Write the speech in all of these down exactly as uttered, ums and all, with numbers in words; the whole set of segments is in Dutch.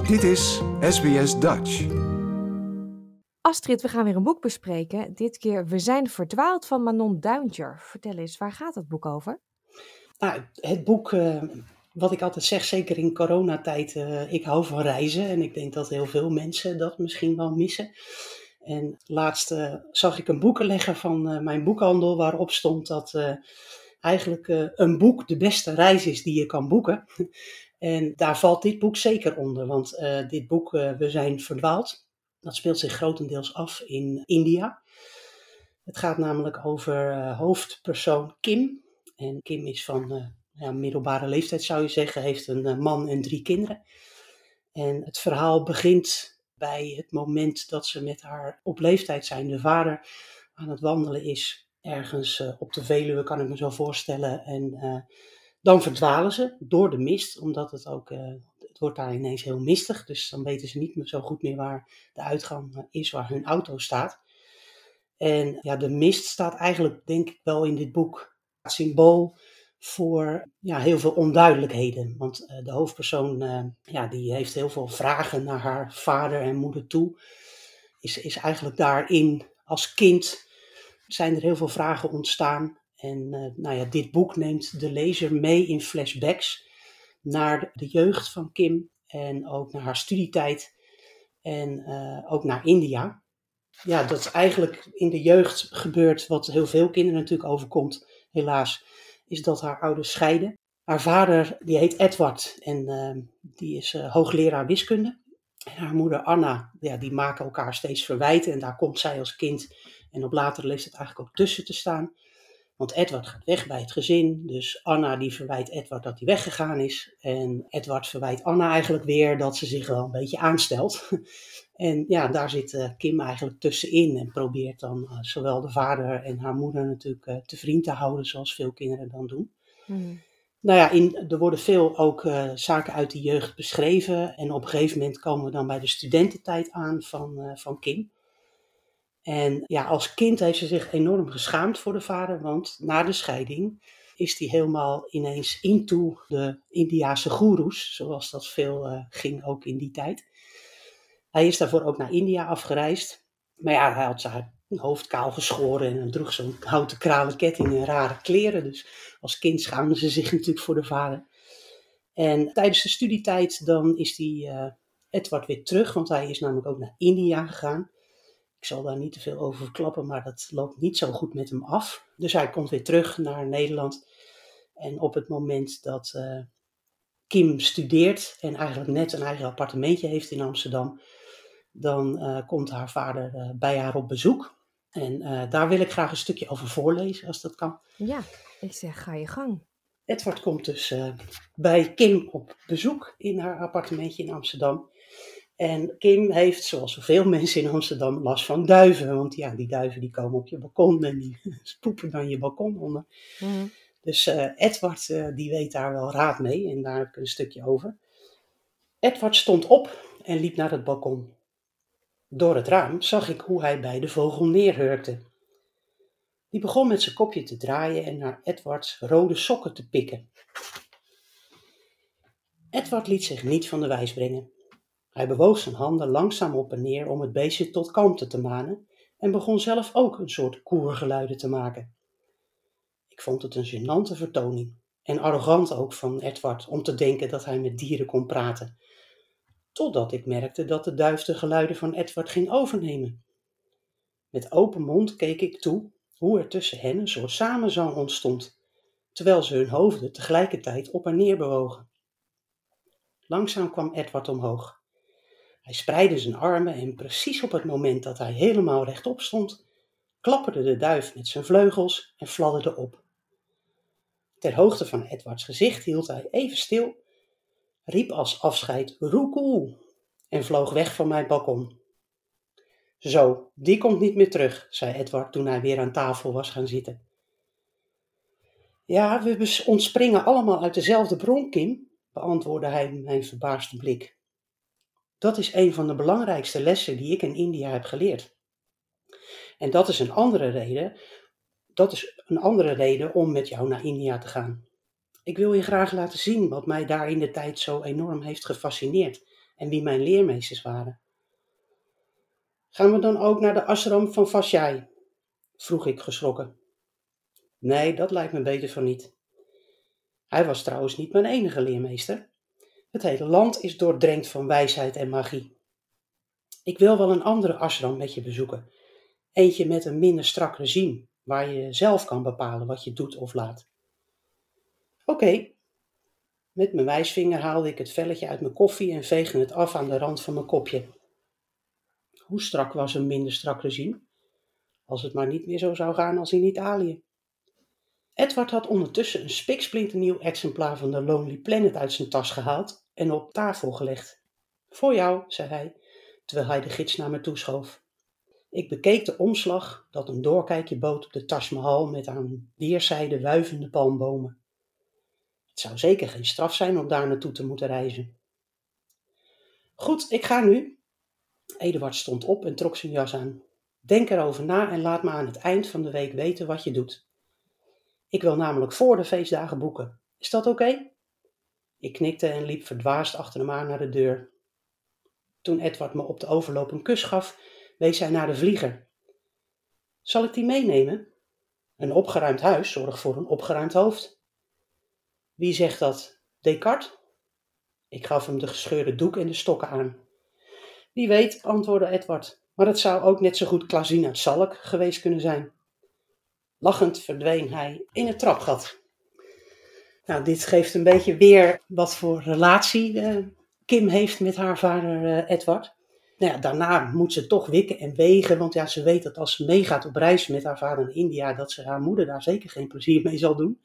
Dit is S B S Dutch. Astrid, we gaan weer een boek bespreken. Dit keer We zijn verdwaald van Manon Duintjer. Vertel eens, waar gaat het boek over? Nou, het boek, uh, wat ik altijd zeg, zeker in coronatijd, uh, ik hou van reizen. En ik denk dat heel veel mensen dat misschien wel missen. En laatst uh, zag ik een boekenlegger van uh, mijn boekhandel waarop stond dat uh, eigenlijk uh, een boek de beste reis is die je kan boeken. En daar valt dit boek zeker onder, want uh, dit boek, uh, We zijn verdwaald, dat speelt zich grotendeels af in India. Het gaat namelijk over uh, hoofdpersoon Kim. En Kim is van uh, ja, middelbare leeftijd, zou je zeggen, heeft een uh, man en drie kinderen. En het verhaal begint bij het moment dat ze met haar op leeftijd zijnde vader aan het wandelen is. Ergens uh, op de Veluwe, kan ik me zo voorstellen. En uh, dan verdwalen ze door de mist, omdat het ook, uh, het wordt daar ineens heel mistig. Dus dan weten ze niet meer zo goed meer waar de uitgang is, waar hun auto staat. En ja, de mist staat eigenlijk, denk ik wel in dit boek, symbool voor ja, heel veel onduidelijkheden. Want uh, de hoofdpersoon uh, ja, die heeft heel veel vragen naar haar vader en moeder toe. Is, is eigenlijk daarin als kind zijn er heel veel vragen ontstaan. En uh, nou ja, dit boek neemt de lezer mee in flashbacks naar de jeugd van Kim en ook naar haar studietijd en uh, ook naar India. Ja, dat is eigenlijk in de jeugd gebeurt wat heel veel kinderen natuurlijk overkomt, helaas, is dat haar ouders scheiden. Haar vader, die heet Edward en uh, die is uh, hoogleraar wiskunde. En haar moeder Anna, ja, die maken elkaar steeds verwijten en daar komt zij als kind en op latere leeftijd eigenlijk ook tussen te staan. Want Edward gaat weg bij het gezin, dus Anna die verwijt Edward dat hij weggegaan is. En Edward verwijt Anna eigenlijk weer dat ze zich wel een beetje aanstelt. En ja, daar zit uh, Kim eigenlijk tussenin en probeert dan uh, zowel de vader en haar moeder natuurlijk uh, te vriend te houden, zoals veel kinderen dan doen. Hmm. Nou ja, in, er worden veel ook uh, zaken uit de jeugd beschreven en op een gegeven moment komen we dan bij de studententijd aan van, uh, van Kim. En ja, als kind heeft ze zich enorm geschaamd voor de vader, want na de scheiding is hij helemaal ineens into de Indiase goeroes, zoals dat veel uh, ging ook in die tijd. Hij is daarvoor ook naar India afgereisd, maar ja, hij had zijn hoofd kaal geschoren en hij droeg zo'n houten kralenketting en rare kleren, dus als kind schaamde ze zich natuurlijk voor de vader. En tijdens de studietijd dan is die uh, Edward weer terug, want hij is namelijk ook naar India gegaan. Ik zal daar niet te veel over verklappen, maar dat loopt niet zo goed met hem af. Dus hij komt weer terug naar Nederland. En op het moment dat uh, Kim studeert en eigenlijk net een eigen appartementje heeft in Amsterdam, dan uh, komt haar vader uh, bij haar op bezoek. En uh, daar wil ik graag een stukje over voorlezen, als dat kan. Ja, ik zeg, ga je gang. Edward komt dus uh, bij Kim op bezoek in haar appartementje in Amsterdam. En Kim heeft, zoals zoveel mensen in Amsterdam, last van duiven. Want ja, die duiven die komen op je balkon en die spoepen dan je balkon onder. Mm. Dus uh, Edward uh, die weet daar wel raad mee en daar heb ik een stukje over. Edward stond op en liep naar het balkon. Door het raam zag ik hoe hij bij de vogel neerhurkte. Die begon met zijn kopje te draaien en naar Edwards rode sokken te pikken. Edward liet zich niet van de wijs brengen. Hij bewoog zijn handen langzaam op en neer om het beestje tot kalmte te manen en begon zelf ook een soort koergeluiden te maken. Ik vond het een gênante vertoning en arrogant ook van Edward om te denken dat hij met dieren kon praten. Totdat ik merkte dat de duif de geluiden van Edward ging overnemen. Met open mond keek ik toe hoe er tussen hen een soort samenzang ontstond, terwijl ze hun hoofden tegelijkertijd op en neer bewogen. Langzaam kwam Edward omhoog. Hij spreidde zijn armen en precies op het moment dat hij helemaal rechtop stond, klapperde de duif met zijn vleugels en fladderde op. Ter hoogte van Edwards gezicht hield hij even stil, riep als afscheid roekoe en vloog weg van mijn balkon. Zo, die komt niet meer terug, zei Edward toen hij weer aan tafel was gaan zitten. Ja, we ontspringen allemaal uit dezelfde bron, Kim, beantwoordde hij met mijn verbaasde blik. Dat is een van de belangrijkste lessen die ik in India heb geleerd. En dat is een andere reden, dat is een andere reden om met jou naar India te gaan. Ik wil je graag laten zien wat mij daar in de tijd zo enorm heeft gefascineerd en wie mijn leermeesters waren. Gaan we dan ook naar de ashram van Vajai? Vroeg ik geschrokken. Nee, dat lijkt me beter van niet. Hij was trouwens niet mijn enige leermeester. Het hele land is doordrenkt van wijsheid en magie. Ik wil wel een andere ashram met je bezoeken. Eentje met een minder strak regime, waar je zelf kan bepalen wat je doet of laat. Oké. Okay. Met mijn wijsvinger haalde ik het velletje uit mijn koffie en veegde het af aan de rand van mijn kopje. Hoe strak was een minder strak regime? Als het maar niet meer zo zou gaan als in Italië. Edward had ondertussen een spiksplinternieuw exemplaar van The Lonely Planet uit zijn tas gehaald en op tafel gelegd. Voor jou, zei hij, terwijl hij de gids naar me toe schoof. Ik bekeek de omslag dat een doorkijkje bood op de Taj Mahal met aan weerszijden wuivende palmbomen. Het zou zeker geen straf zijn om daar naartoe te moeten reizen. Goed, ik ga nu. Eduard stond op en trok zijn jas aan. Denk erover na en laat me aan het eind van de week weten wat je doet. Ik wil namelijk voor de feestdagen boeken. Is dat oké? Okay? Ik knikte en liep verdwaasd achter hem aan naar de deur. Toen Edward me op de overloop een kus gaf, wees hij naar de vlieger. Zal ik die meenemen? Een opgeruimd huis zorgt voor een opgeruimd hoofd. Wie zegt dat? Descartes? Ik gaf hem de gescheurde doek en de stokken aan. Wie weet, antwoordde Edward, maar het zou ook net zo goed Klazien uit Zalk geweest kunnen zijn. Lachend verdween hij in het trapgat. Nou, dit geeft een beetje weer wat voor relatie uh, Kim heeft met haar vader uh, Edward. Nou ja, daarna moet ze toch wikken en wegen, want ja, ze weet dat als ze meegaat op reis met haar vader in India, dat ze haar moeder daar zeker geen plezier mee zal doen.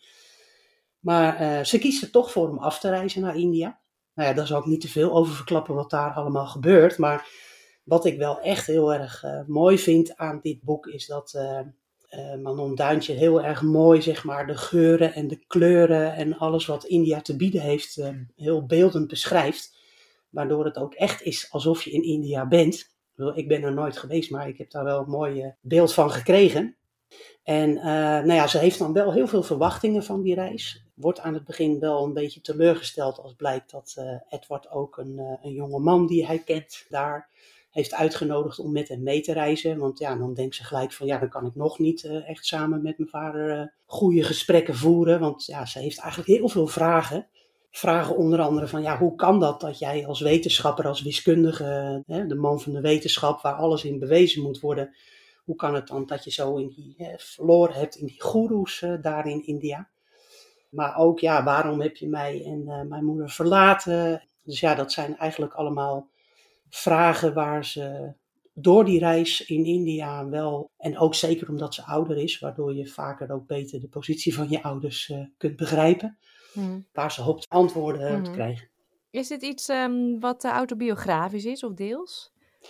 Maar uh, ze kiest er toch voor om af te reizen naar India. Nou ja, daar zal ik niet te veel over verklappen wat daar allemaal gebeurt. Maar wat ik wel echt heel erg uh, mooi vind aan dit boek is dat uh, uh, Manon Duintje heel erg mooi, zeg maar, de geuren en de kleuren en alles wat India te bieden heeft, uh, heel beeldend beschrijft. Waardoor het ook echt is alsof je in India bent. Ik ben er nooit geweest, maar ik heb daar wel een mooi uh, beeld van gekregen. En uh, nou ja, ze heeft dan wel heel veel verwachtingen van die reis. Wordt aan het begin wel een beetje teleurgesteld als blijkt dat uh, Edward ook een, uh, een jonge man die hij kent daar heeft uitgenodigd om met hem mee te reizen. Want ja, dan denkt ze gelijk van ja, dan kan ik nog niet uh, echt samen met mijn vader uh, goede gesprekken voeren. Want ja, ze heeft eigenlijk heel veel vragen. Vragen onder andere van ja, hoe kan dat dat jij als wetenschapper, als wiskundige, hè, de man van de wetenschap waar alles in bewezen moet worden. Hoe kan het dan dat je zo in die, hè, verloren hebt in die goeroes uh, daar in India? Maar ook, ja, waarom heb je mij en uh, mijn moeder verlaten? Dus ja, dat zijn eigenlijk allemaal vragen waar ze door die reis in India wel, en ook zeker omdat ze ouder is, waardoor je vaker ook beter de positie van je ouders uh, kunt begrijpen, hmm. waar ze hoopt antwoorden hmm. te krijgen. Is dit iets um, wat uh, autobiografisch is of deels?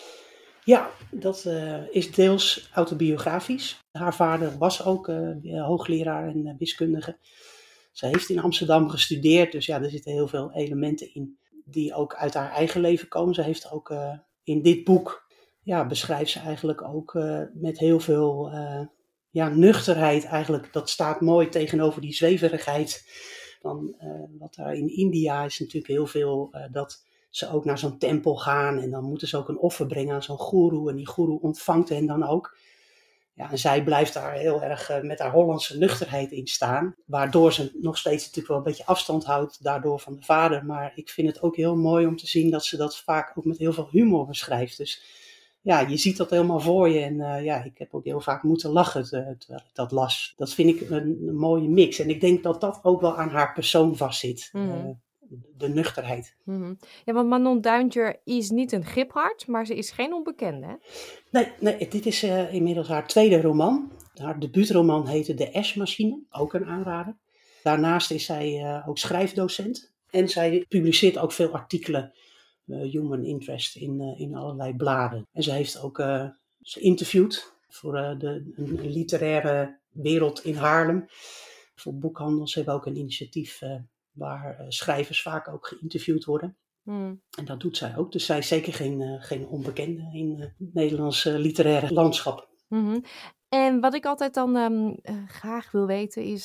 Ja, dat uh, is deels autobiografisch. Haar vader was ook uh, hoogleraar en uh, wiskundige. Ze heeft in Amsterdam gestudeerd, dus ja, er zitten heel veel elementen in die ook uit haar eigen leven komen. Ze heeft ook uh, in dit boek, ja, beschrijft ze eigenlijk ook uh, met heel veel uh, ja, nuchterheid eigenlijk. Dat staat mooi tegenover die zweverigheid van uh, wat daar in India is natuurlijk heel veel uh, dat ze ook naar zo'n tempel gaan en dan moeten ze ook een offer brengen aan zo'n goeroe en die goeroe ontvangt hen dan ook. Ja, en zij blijft daar heel erg uh, met haar Hollandse nuchterheid in staan, waardoor ze nog steeds natuurlijk wel een beetje afstand houdt daardoor van de vader. Maar ik vind het ook heel mooi om te zien dat ze dat vaak ook met heel veel humor beschrijft. Dus ja, je ziet dat helemaal voor je en uh, ja, ik heb ook heel vaak moeten lachen uh, terwijl ik dat las. Dat vind ik een, een mooie mix en ik denk dat dat ook wel aan haar persoon vastzit. Mm. Uh, de nuchterheid. Mm-hmm. Ja, want Manon Duintje is niet een giphart, maar ze is geen onbekende, hè? Nee, nee, dit is uh, inmiddels haar tweede roman. Haar debuutroman heette De S-machine, ook een aanrader. Daarnaast is zij uh, ook schrijfdocent. En zij publiceert ook veel artikelen, uh, human interest, in, uh, in allerlei bladen. En ze heeft ook, uh, ze interviewd voor uh, de een literaire wereld in Haarlem. Voor boekhandels. Ze hebben ook een initiatief uh, waar uh, schrijvers vaak ook geïnterviewd worden. Mm. En dat doet zij ook. Dus zij is zeker geen, uh, geen onbekende in uh, het Nederlandse uh, literaire landschap. Mm-hmm. En wat ik altijd dan um, uh, graag wil weten is,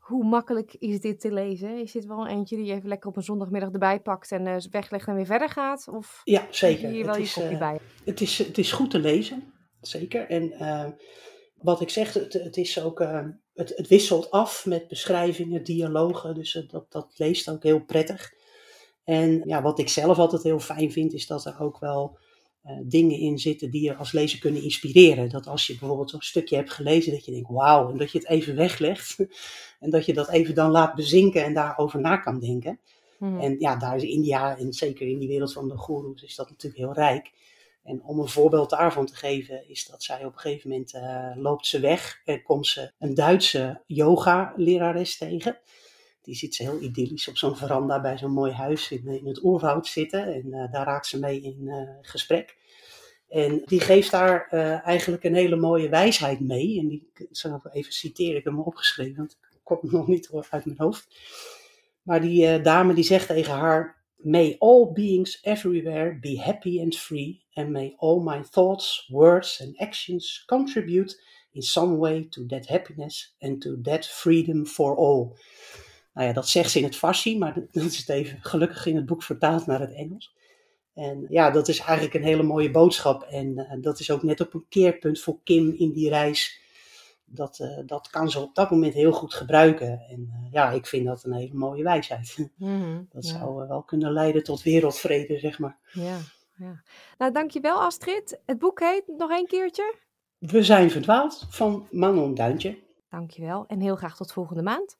Hoe makkelijk is dit te lezen? Is dit wel eentje die je even lekker op een zondagmiddag erbij pakt en uh, weglegt en weer verder gaat? Of Ja, zeker. Heb je hier wel het, je is, kopje uh, bij? Het, is, het is goed te lezen, zeker. En uh, wat ik zeg, het, het, is ook, uh, het, het wisselt af met beschrijvingen, dialogen. Dus uh, dat, dat leest ook heel prettig. En ja, wat ik zelf altijd heel fijn vind, is dat er ook wel uh, dingen in zitten die je als lezer kunnen inspireren. Dat als je bijvoorbeeld zo'n stukje hebt gelezen, dat je denkt wauw, en dat je het even weglegt. En dat je dat even dan laat bezinken en daarover na kan denken. Hmm. En ja, daar is India, en zeker in die wereld van de goeroes, is dat natuurlijk heel rijk. En om een voorbeeld daarvan te geven, is dat zij op een gegeven moment uh, loopt ze weg en komt ze een Duitse yoga-lerares tegen. Die zit ze heel idyllisch op zo'n veranda bij zo'n mooi huis in, in het oerwoud zitten. En uh, daar raakt ze mee in uh, gesprek. En die geeft daar uh, eigenlijk een hele mooie wijsheid mee. En die zal ik even citeren, ik heb hem opgeschreven, want ik kom nog niet uit mijn hoofd. Maar die uh, dame die zegt tegen haar: May all beings everywhere be happy and free, and may all my thoughts, words and actions contribute in some way to that happiness and to that freedom for all. Nou ja, dat zegt ze in het Farsi, maar dat is het even gelukkig in het boek vertaald naar het Engels. En ja, dat is eigenlijk een hele mooie boodschap. En uh, dat is ook net op een keerpunt voor Kim in die reis. Dat, uh, dat kan ze op dat moment heel goed gebruiken. En uh, ja, ik vind dat een hele mooie wijsheid. Mm-hmm, dat ja. zou uh, wel kunnen leiden tot wereldvrede, zeg maar. Ja, ja. Nou, dankjewel Astrid. Het boek heet nog een keertje? We zijn verdwaald van Manon Duintje. Dankjewel en heel graag tot volgende maand.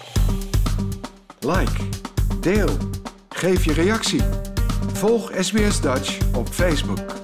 Like, deel, geef je reactie. Volg S B S Dutch op Facebook.